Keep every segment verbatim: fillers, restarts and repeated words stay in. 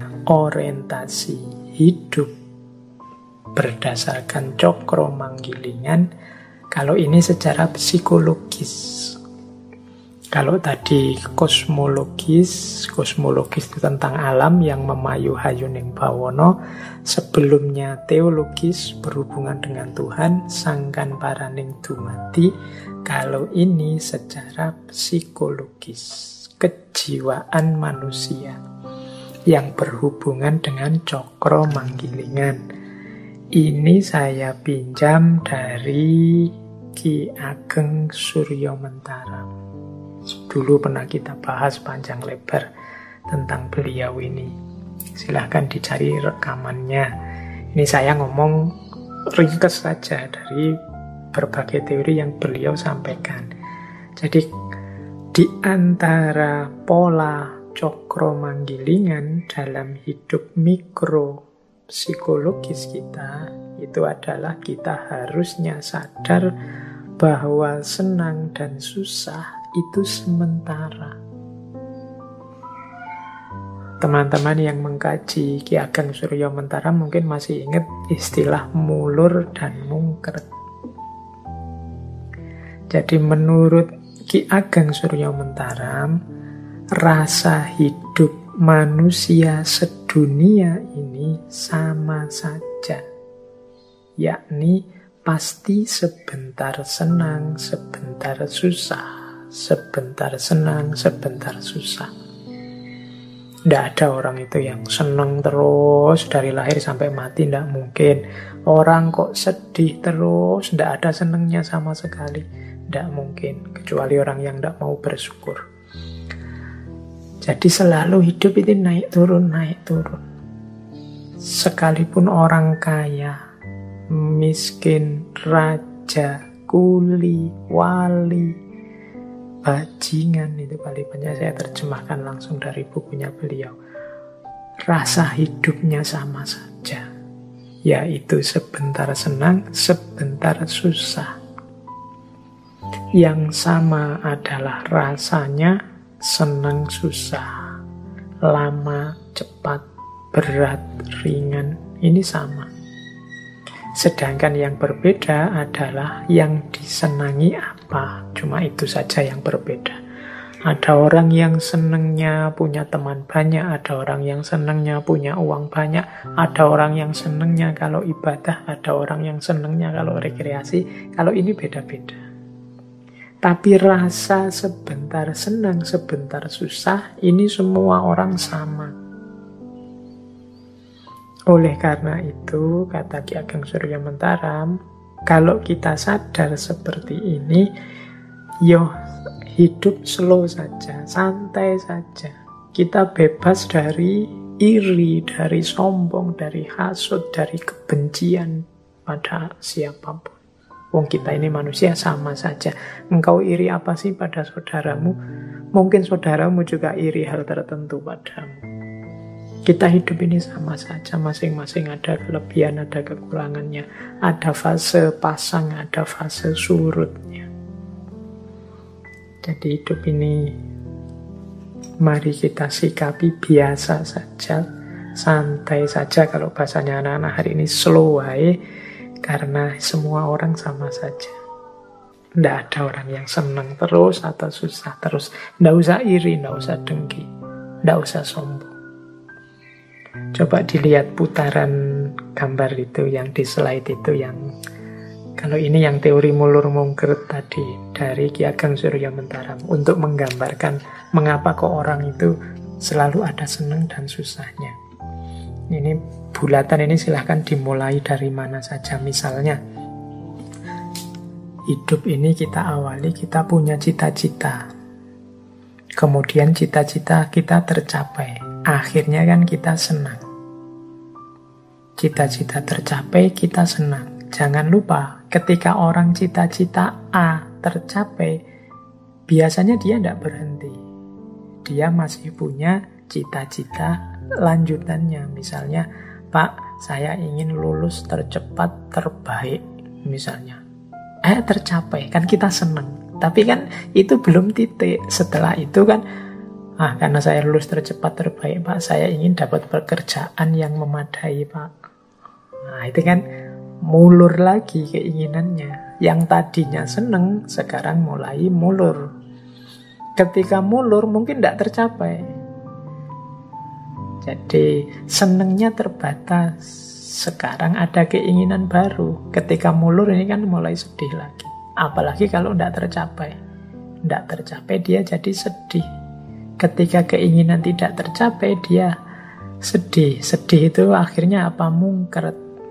orientasi hidup berdasarkan cokro manggilingan, kalau ini secara psikologis. Kalau tadi kosmologis, kosmologis itu tentang alam yang memayu hayuning bawono, sebelumnya teologis berhubungan dengan Tuhan, sangkan paraning dumati. Kalau ini secara psikologis, kejiwaan manusia yang berhubungan dengan cokro manggilingan. Ini saya pinjam dari Ki Ageng Suryo Mentaram. Dulu pernah kita bahas panjang lebar tentang beliau ini. Silahkan dicari rekamannya. Ini saya ngomong ringkas saja dari berbagai teori yang beliau sampaikan. Jadi di antara pola cokro manggilingan dalam hidup mikro psikologis kita, itu adalah kita harusnya sadar bahwa senang dan susah itu sementara. Teman-teman yang mengkaji Ki Ageng Suryo Mentaram mungkin masih ingat istilah mulur dan mungkret. Jadi menurut Ki Ageng Suryo Mentaram, rasa hidup manusia sedunia ini sama saja, yakni pasti sebentar senang, sebentar susah. Sebentar senang, sebentar susah. Tidak ada orang itu yang senang terus dari lahir sampai mati, tidak mungkin. Orang kok sedih terus, tidak ada senangnya sama sekali, tidak mungkin. Kecuali orang yang tidak mau bersyukur. Jadi selalu hidup itu naik turun, naik turun. Sekalipun orang kaya, miskin, raja, kuli, wali, bajingan, itu paling banyak saya terjemahkan langsung dari bukunya beliau. Rasa hidupnya sama saja, yaitu sebentar senang, sebentar susah. Yang sama adalah rasanya senang susah, lama, cepat, berat, ringan, ini sama. Sedangkan yang berbeda adalah yang disenangi apa. Cuma itu saja yang berbeda. Ada orang yang senangnya punya teman banyak, ada orang yang senangnya punya uang banyak, ada orang yang senangnya kalau ibadah, ada orang yang senangnya kalau rekreasi. Kalau ini beda-beda. Tapi rasa sebentar senang, sebentar susah, ini semua orang sama. Oleh karena itu, kata Ki Ageng Suryo Mentaram, kalau kita sadar seperti ini, yo hidup slow saja, santai saja. Kita bebas dari iri, dari sombong, dari hasud, dari kebencian pada siapapun. Wong kita ini manusia sama saja. Engkau iri apa sih pada saudaramu? Mungkin saudaramu juga iri hal tertentu padamu. Kita hidup ini sama saja, masing-masing ada kelebihan, ada kekurangannya. Ada fase pasang, ada fase surutnya. Jadi hidup ini mari kita sikapi biasa saja, santai saja. Kalau bahasanya anak-anak hari ini slow way, karena semua orang sama saja. Tidak ada orang yang senang terus atau susah terus. Tidak usah iri, tidak usah dengki, tidak usah sombong. Coba dilihat putaran gambar itu yang di slide itu, yang kalau ini yang teori mulur mungkret tadi dari Ki Ageng Suryo Mentaram, untuk menggambarkan mengapa kok orang itu selalu ada senang dan susahnya. Ini bulatan ini silahkan dimulai dari mana saja. Misalnya hidup ini kita awali, kita punya cita-cita, kemudian cita-cita kita tercapai. Akhirnya kan kita senang. Cita-cita tercapai, kita senang. Jangan lupa, ketika orang cita-cita A tercapai, biasanya dia tidak berhenti. Dia masih punya cita-cita lanjutannya. Misalnya, Pak, saya ingin lulus tercepat, terbaik. Misalnya. Eh, tercapai. Kan kita senang. Tapi kan itu belum titik. Setelah itu kan, Ah, karena saya lulus tercepat terbaik Pak, saya ingin dapat pekerjaan yang memadai Pak. Nah itu kan mulur lagi keinginannya. Yang tadinya seneng, sekarang mulai mulur. Ketika mulur mungkin tidak tercapai. Jadi senengnya terbatas. Sekarang ada keinginan baru. Ketika mulur ini kan mulai sedih lagi. Apalagi kalau tidak tercapai. Tidak tercapai dia jadi sedih. Ketika keinginan tidak tercapai, dia sedih. Sedih itu akhirnya apa? Mungkret.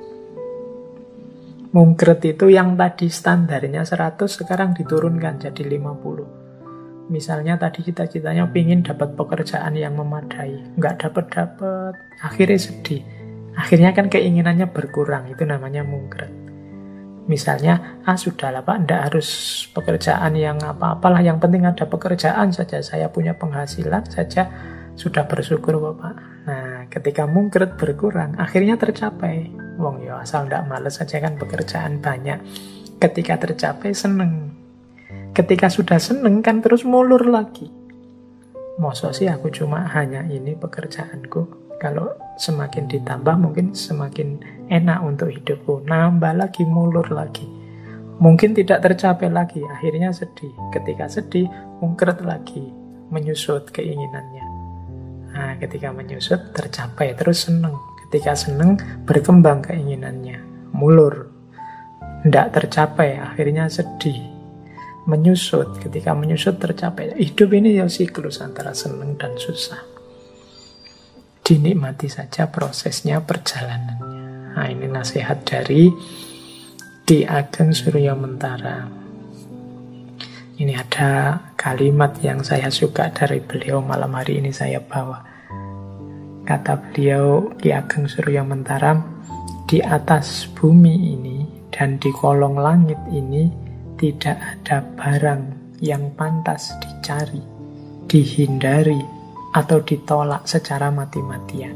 Mungkret itu yang tadi standarnya seratus, sekarang diturunkan jadi lima puluh. Misalnya tadi cita-citanya pingin dapat pekerjaan yang memadai. Nggak dapat-dapat, akhirnya sedih. Akhirnya kan keinginannya berkurang, itu namanya mungkret. Misalnya, ah sudahlah Pak, tidak harus pekerjaan yang apa-apalah, yang penting ada pekerjaan saja, saya punya penghasilan saja, sudah bersyukur Bapak. Nah, ketika mungkret berkurang, akhirnya tercapai. Wong ya asal tidak males saja kan pekerjaan banyak. Ketika tercapai seneng. Ketika sudah seneng kan terus mulur lagi. Masa sih aku cuma hanya ini pekerjaanku. Kalau semakin ditambah mungkin semakin enak untuk hidupku. Nambah lagi, mulur lagi. Mungkin tidak tercapai lagi, akhirnya sedih. Ketika sedih, mungkret lagi, menyusut keinginannya. Nah, ketika menyusut, tercapai, terus seneng. Ketika seneng, berkembang keinginannya. Mulur. Tidak tercapai, akhirnya sedih. Menyusut, ketika menyusut tercapai. Hidup ini ya siklus antara seneng dan susah. Dinikmati saja prosesnya, perjalanannya. Nah, ini nasihat dari Ki Ageng Suryamentara. Ini ada kalimat yang saya suka dari beliau, malam hari ini saya bawa. Kata beliau, Ki Ageng Suryamentara, di atas bumi ini dan di kolong langit ini tidak ada barang yang pantas dicari, dihindari, atau ditolak secara mati-matian.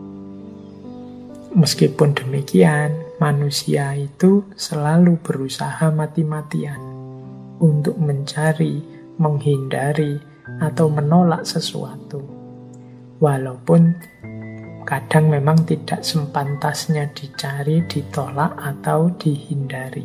Meskipun demikian, manusia itu selalu berusaha mati-matian untuk mencari, menghindari, atau menolak sesuatu. Walaupun kadang memang tidak sepantasnya dicari, ditolak, atau dihindari.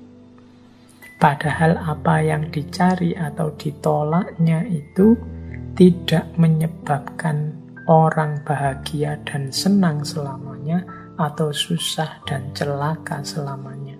Padahal apa yang dicari atau ditolaknya itu tidak menyebabkan orang bahagia dan senang selamanya atau susah dan celaka selamanya.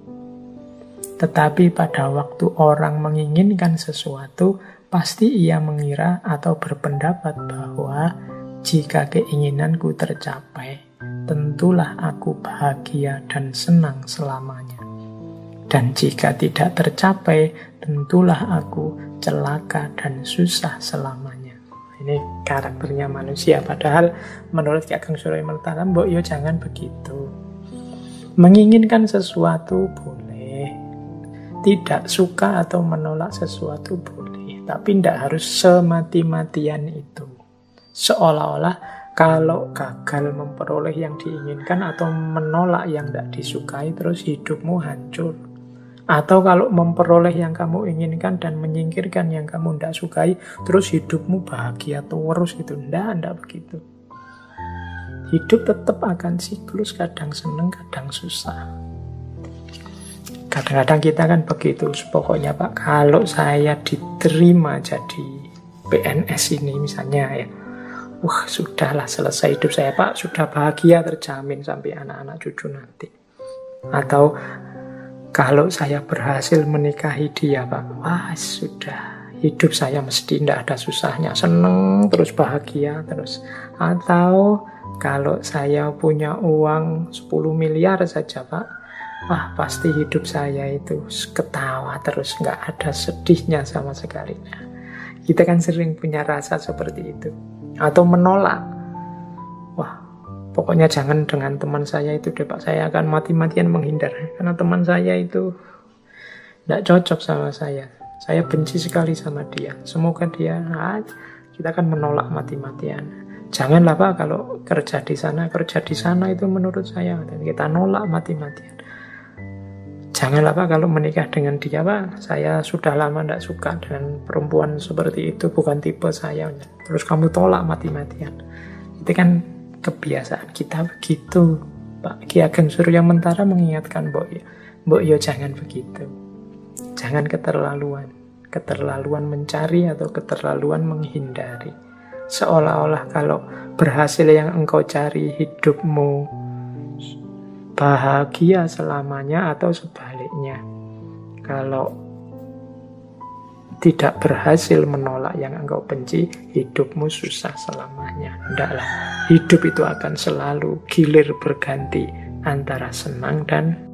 Tetapi pada waktu orang menginginkan sesuatu, pasti ia mengira atau berpendapat bahwa jika keinginanku tercapai, tentulah aku bahagia dan senang selamanya. Dan jika tidak tercapai, tentulah aku celaka dan susah selamanya. Ini karakternya manusia. Padahal menurut Ki Ageng Suryamentara, mbok yo jangan begitu. Menginginkan sesuatu boleh, tidak suka atau menolak sesuatu boleh, tapi tidak harus semati-matian itu. Seolah-olah kalau gagal memperoleh yang diinginkan atau menolak yang tidak disukai, terus hidupmu hancur. Atau kalau memperoleh yang kamu inginkan dan menyingkirkan yang kamu tidak sukai, terus hidupmu bahagia terus gitu. Tidak, tidak begitu. Hidup tetap akan siklus, kadang seneng, kadang susah. Kadang-kadang kita kan begitu. Pokoknya Pak, kalau saya diterima jadi P N S ini misalnya ya, wah sudahlah selesai hidup saya Pak, sudah bahagia terjamin sampai anak-anak cucu nanti. Atau kalau saya berhasil menikahi dia Pak, wah sudah, hidup saya mesti tidak ada susahnya, seneng terus, bahagia terus. Atau kalau saya punya uang sepuluh miliar saja Pak, wah pasti hidup saya itu ketawa terus, nggak ada sedihnya sama sekali. Nah, kita kan sering punya rasa seperti itu. Atau menolak, wah pokoknya jangan dengan teman saya itu deh Pak, saya akan mati-matian menghindar. Karena teman saya itu tidak cocok sama saya. Saya benci sekali sama dia. Semoga dia, nah, kita akan menolak mati-matian. Janganlah Pak kalau kerja di sana, kerja di sana itu menurut saya. Dan kita nolak mati-matian. Janganlah Pak kalau menikah dengan dia, Pak, saya sudah lama tidak suka dengan perempuan seperti itu, bukan tipe saya. Terus kamu tolak mati-matian. Itu kan kebiasaan kita begitu. Pak Ki Ageng Surya Mentara mengingatkan Mbok Yo, Mbok Yo jangan begitu. Jangan keterlaluan. Keterlaluan mencari atau keterlaluan menghindari. Seolah-olah kalau berhasil yang engkau cari, hidupmu bahagia selamanya, atau sebaliknya. Kalau tidak berhasil menolak yang engkau benci, hidupmu susah selamanya. Tidaklah. Hidup itu akan selalu gilir berganti antara senang dan